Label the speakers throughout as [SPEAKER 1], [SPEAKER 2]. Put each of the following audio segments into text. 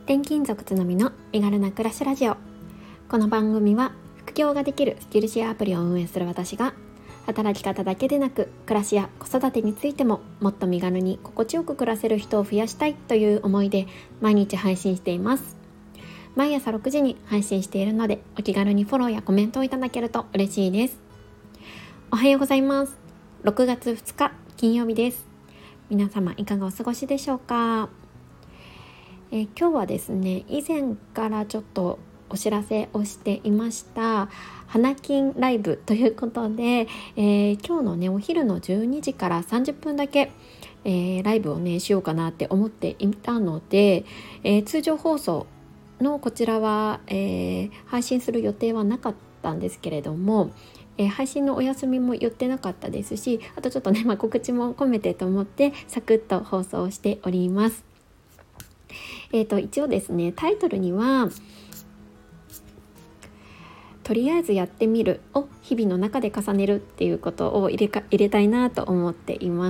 [SPEAKER 1] 転勤族つのみの身軽な暮らしラジオ。この番組は副業ができるスキルシェアアプリを運営する私が、働き方だけでなく暮らしや子育てについてももっと身軽に心地よく暮らせる人を増やしたいという思いで毎日配信しています。毎朝6時に配信しているので、お気軽にフォローやコメントをいただけると嬉しいです。おはようございます。6月2日金曜日です。皆様いかがお過ごしでしょうか。今日はですね、以前からちょっとお知らせをしていました花金ライブということで、今日のねお昼の12時から30分だけ、ライブをねしようかなって思っていたので、通常放送のこちらは、配信する予定はなかったんですけれども、配信のお休みも言ってなかったですし、あとちょっとね、告知も込めてと思ってサクッと放送をしております。一応ですね、タイトルにはとりあえずやってみるを日々の中で重ねるっていうことを入れたいなと思っています。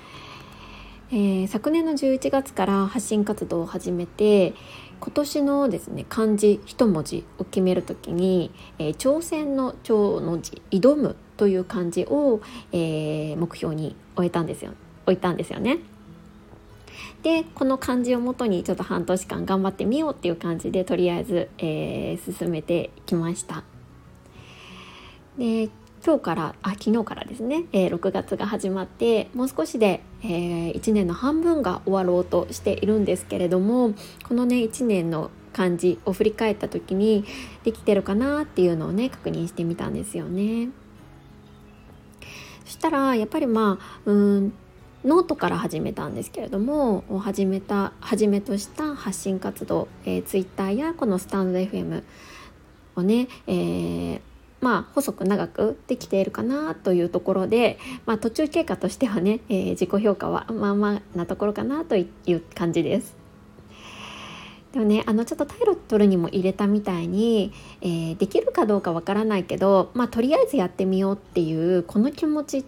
[SPEAKER 1] 昨年の11月から発信活動を始めて、今年のですね漢字一文字を決めるときに、挑戦の挑の字、挑むという漢字を、目標に置いたんですよね。でこの漢字をもとにちょっと半年間頑張ってみようっていう感じで、とりあえず、進めてきました。で昨日からですね、6月が始まってもう少しで、1年の半分が終わろうとしているんですけれども、このね1年の漢字を振り返った時にできてるかなっていうのをね確認してみたんですよね。そしたらやっぱりノートから始めたんですけれども、はじめとした発信活動、ツイッターやこのスタンド FM をね、細く長くできているかなというところで、途中経過としてはね、自己評価はまあまあなところかなという感じです。でもね、ちょっとタイトルにも入れたみたいに、できるかどうかわからないけど、とりあえずやってみようっていうこの気持ちって、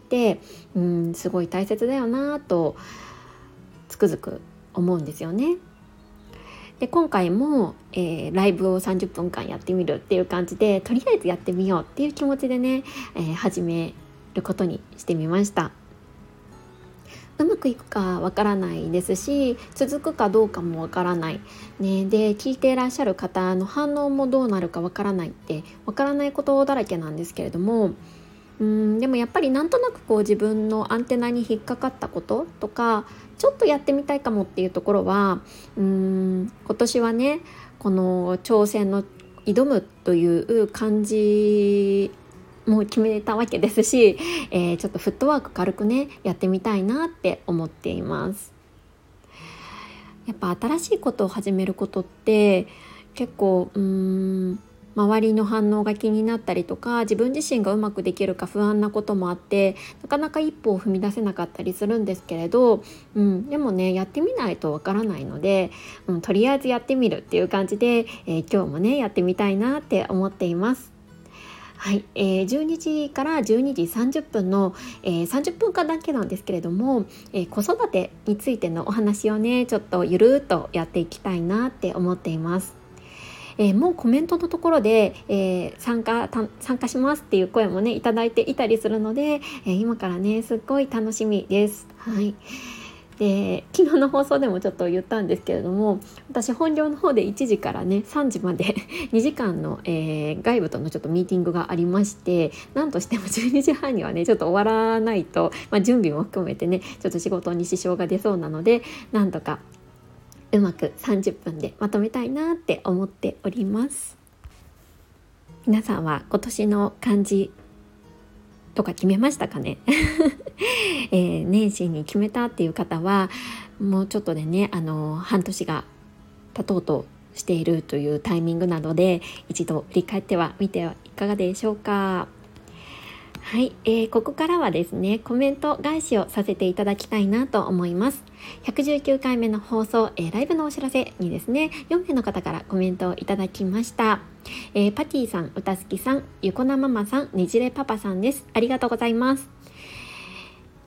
[SPEAKER 1] すごい大切だよなとつくづく思うんですよね。で今回も、ライブを30分間やってみるっていう感じで、とりあえずやってみようっていう気持ちでね、始めることにしてみました。うまくいくかわからないですし、続くかどうかもわからない、ね、で聞いていらっしゃる方の反応もどうなるかわからないってわからないことだらけなんですけれども、でもやっぱりなんとなく自分のアンテナに引っかかったこととか、ちょっとやってみたいかもっていうところは、今年はねこの挑戦の挑むという漢字もう決めたわけですし、ちょっとフットワーク軽くねやってみたいなって思っています。やっぱ新しいことを始めることって結構周りの反応が気になったりとか、自分自身がうまくできるか不安なこともあって、なかなか一歩を踏み出せなかったりするんですけれど、でもねやってみないとわからないので、とりあえずやってみるっていう感じで、今日もねやってみたいなって思っています。はい、12時から12時30分の、30分間だけなんですけれども、子育てについてのお話をねちょっとゆるっとやっていきたいなって思っています。もうコメントのところで、参加しますっていう声もねいただいていたりするので、今からねすっごい楽しみです。はい。で昨日の放送でもちょっと言ったんですけれども、私本業の方で1時からね3時まで2時間の、外部とのちょっとミーティングがありまして、なんとしても12時半にはねちょっと終わらないと、準備も含めてねちょっと仕事に支障が出そうなので、なんとかうまく30分でまとめたいなって思っております。皆さんは今年の漢字とか決めましたかね年始に決めたっていう方はもうちょっとでね半年が経とうとしているというタイミングなので、一度振り返ってはみてはいかがでしょうか。はい、ここからはですねコメント返しをさせていただきたいなと思います。119回目の放送、ライブのお知らせにですね4名の方からコメントをいただきました。パティさん、うたすきさん、ゆこなママさん、ねじれパパさんです。ありがとうございます。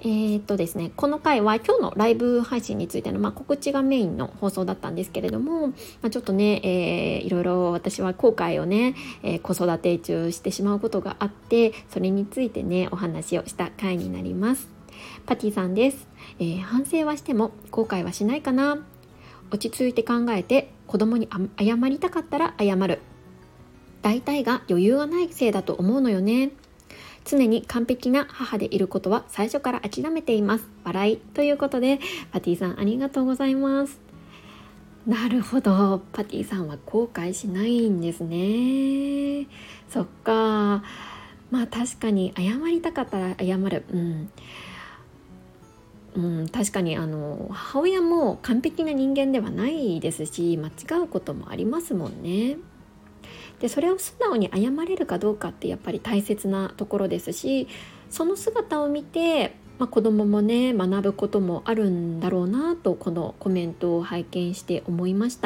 [SPEAKER 1] ですね、この回は今日のライブ配信についての、告知がメインの放送だったんですけれども、ちょっとね、いろいろ私は後悔をね、子育て中してしまうことがあって、それについてねお話をした回になります。パティさんです。反省はしても後悔はしないかな。落ち着いて考えて子供に謝りたかったら謝る。大体が余裕がないせいだと思うのよね。常に完璧な母でいることは最初から諦めています。笑い。ということで、パティさんありがとうございます。なるほど、パティさんは後悔しないんですね。そっか。確かに謝りたかったら謝る。確かに母親も完璧な人間ではないですし、間違うこともありますもんね。でそれを素直に謝れるかどうかってやっぱり大切なところですし、その姿を見て、子供もね学ぶこともあるんだろうなと、このコメントを拝見して思いました。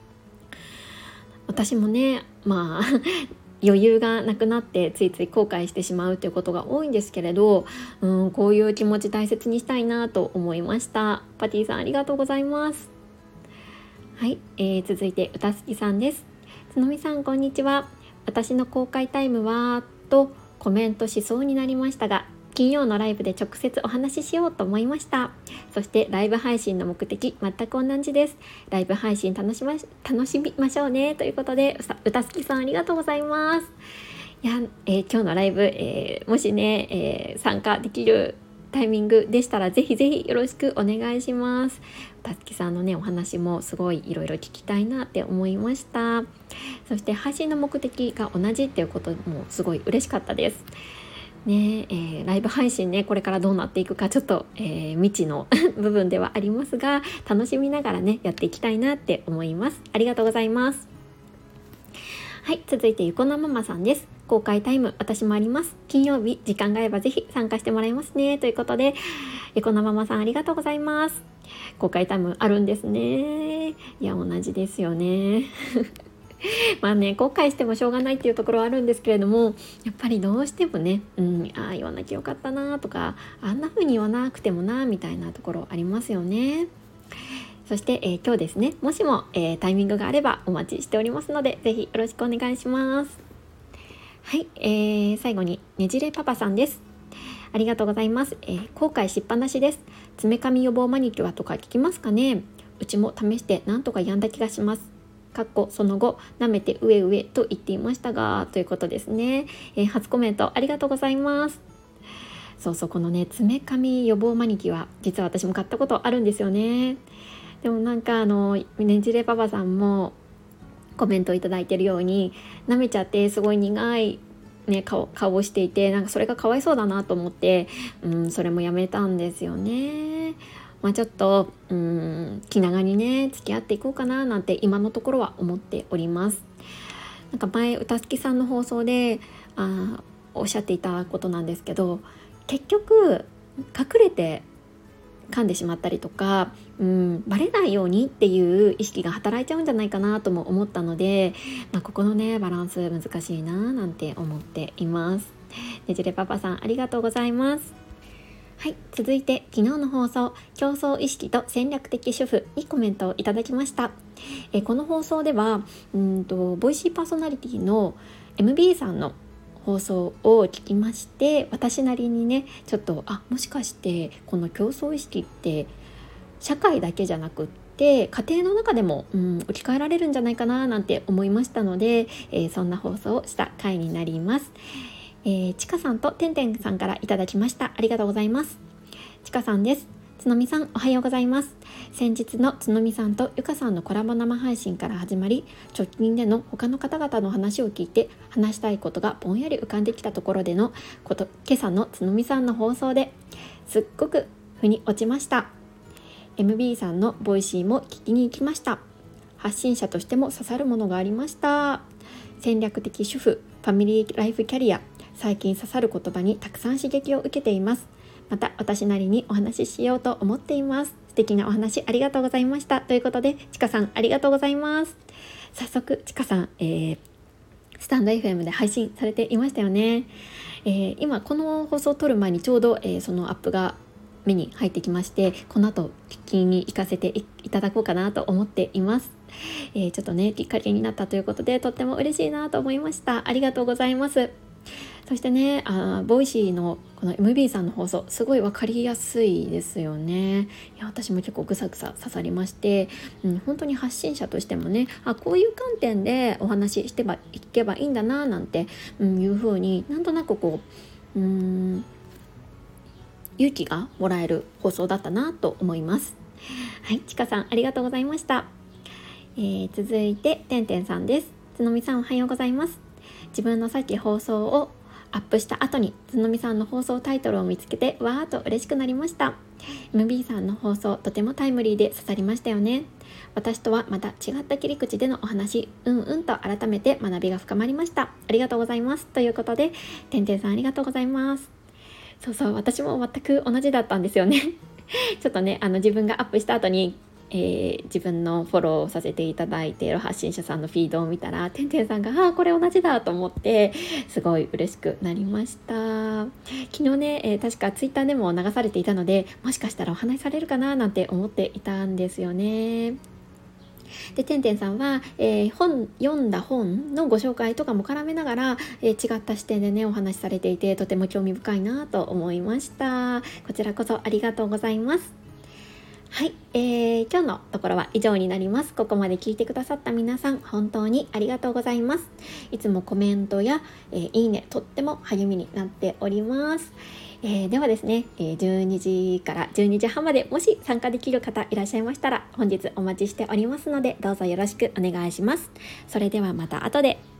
[SPEAKER 1] 私もね余裕がなくなってついつい後悔してしまうということが多いんですけれど、こういう気持ち大切にしたいなと思いました。パティさんありがとうございます。はい、続いて歌好きさんです。つのみさんこんにちは。私の公開タイムはとコメントしそうになりましたが、金曜のライブで直接お話ししようと思いました。そしてライブ配信の目的全く同じです。ライブ配信楽しみましょうねということで、歌好きさんありがとうございます。いや、今日のライブ、もしね、参加できるタイミングでしたらぜひぜひよろしくお願いします。たつきさんのねお話もすごいいろいろ聞きたいなって思いました。そして配信の目的が同じっていうこともすごい嬉しかったですね。ライブ配信ねこれからどうなっていくかちょっと、未知の部分ではありますが、楽しみながらねやっていきたいなって思います。ありがとうございます。はい、続いてゆこなママさんです。公開タイム私もあります。金曜日時間が合えばぜひ参加してもらいますねということで、ゆこなママさんありがとうございます。公開タイムあるんですね。いや同じですよね後悔してもしょうがないっていうところはあるんですけれども、やっぱりどうしてもね、言わなきゃよかったなとか、あんな風に言わなくてもなみたいなところありますよね。そして、今日ですね、もしも、タイミングがあればお待ちしておりますので、ぜひよろしくお願いします。はい、最後にねじれパパさんです。ありがとうございます。後悔しっぱなしです。爪噛み予防マニキュアとか効きますかね。うちも試してなんとかやんだ気がします。その後舐めて上上と言っていましたが、ということですね。初コメントありがとうございます。そうこのね爪噛み予防マニキュア、実は私も買ったことあるんですよね。でもねじれパパさんもコメントいただいているように、舐めちゃってすごい苦い顔をしていて、それがかわいそうだなと思って、それもやめたんですよね。ちょっと気長にね付き合っていこうかななんて今のところは思っております。前歌好きさんの放送でおっしゃっていたことなんですけど、結局隠れて噛んでしまったりとか、バレないようにっていう意識が働いちゃうんじゃないかなとも思ったので、ここのねバランス難しいななんて思っています。ねじれパパさんありがとうございます。はい、続いて昨日の放送競争意識と戦略的主婦にコメントをいただきました。この放送ではボイシーパーソナリティの MB さんの放送を聞きまして、私なりにねちょっともしかしてこの競争意識って社会だけじゃなくって家庭の中でも、置き換えられるんじゃないかななんて思いましたので、そんな放送をした回になります。ちかさんとてんてんさんからいただきました。ありがとうございます。ちかさんです。つのみさんおはようございます。先日のつのみさんとゆかさんのコラボ生配信から始まり、直近での他の方々の話を聞いて話したいことがぼんやり浮かんできたところでの今朝のつのみさんの放送ですっごく腑に落ちました。 MB さんのボイシーも聞きに行きました。発信者としても刺さるものがありました。戦略的主婦、ファミリーライフキャリア、最近刺さる言葉にたくさん刺激を受けています。また私なりにお話ししようと思っています。素敵なお話ありがとうございました。ということでちかさんありがとうございます。早速ちかさん、スタンド FM で配信されていましたよね。今この放送を撮る前にちょうど、そのアップが目に入ってきまして、この後聞きに行かせていただこうかなと思っています。ちょっとねきっかけになったということでとっても嬉しいなと思いました。ありがとうございます。そしてね、ボイシーのこの MB さんの放送すごい分かりやすいですよね。いや私も結構ぐさぐさ刺さりまして、本当に発信者としてもね、こういう観点でお話ししていけばいいんだななんて、いう風になんとなくこう勇気がもらえる放送だったなと思います。はい、ちかさんありがとうございました。続いててんてんさんです。つのみさんおはようございます。自分のさっき放送をアップした後につのみさんの放送タイトルを見つけてわーっと嬉しくなりました。 MB さんの放送とてもタイムリーで刺さりましたよね。私とはまた違った切り口でのお話と改めて学びが深まりました。ありがとうございます。ということでてんてんさんありがとうございます。そう私も全く同じだったんですよねちょっとね自分がアップした後に自分のフォローさせていただいている発信者さんのフィードを見たらてんてんさんがこれ同じだと思ってすごい嬉しくなりました。昨日ね、確かツイッターでも流されていたのでもしかしたらお話しされるかななんて思っていたんですよね。でてんてんさんは、読んだ本のご紹介とかも絡めながら、違った視点でねお話しされていてとても興味深いなと思いました。こちらこそありがとうございます。はい、今日のところは以上になります。ここまで聞いてくださった皆さん本当にありがとうございます。いつもコメントや、いいねとっても励みになっております。ではですね、12時から12時半までもし参加できる方いらっしゃいましたら本日お待ちしておりますのでどうぞよろしくお願いします。それではまた後で。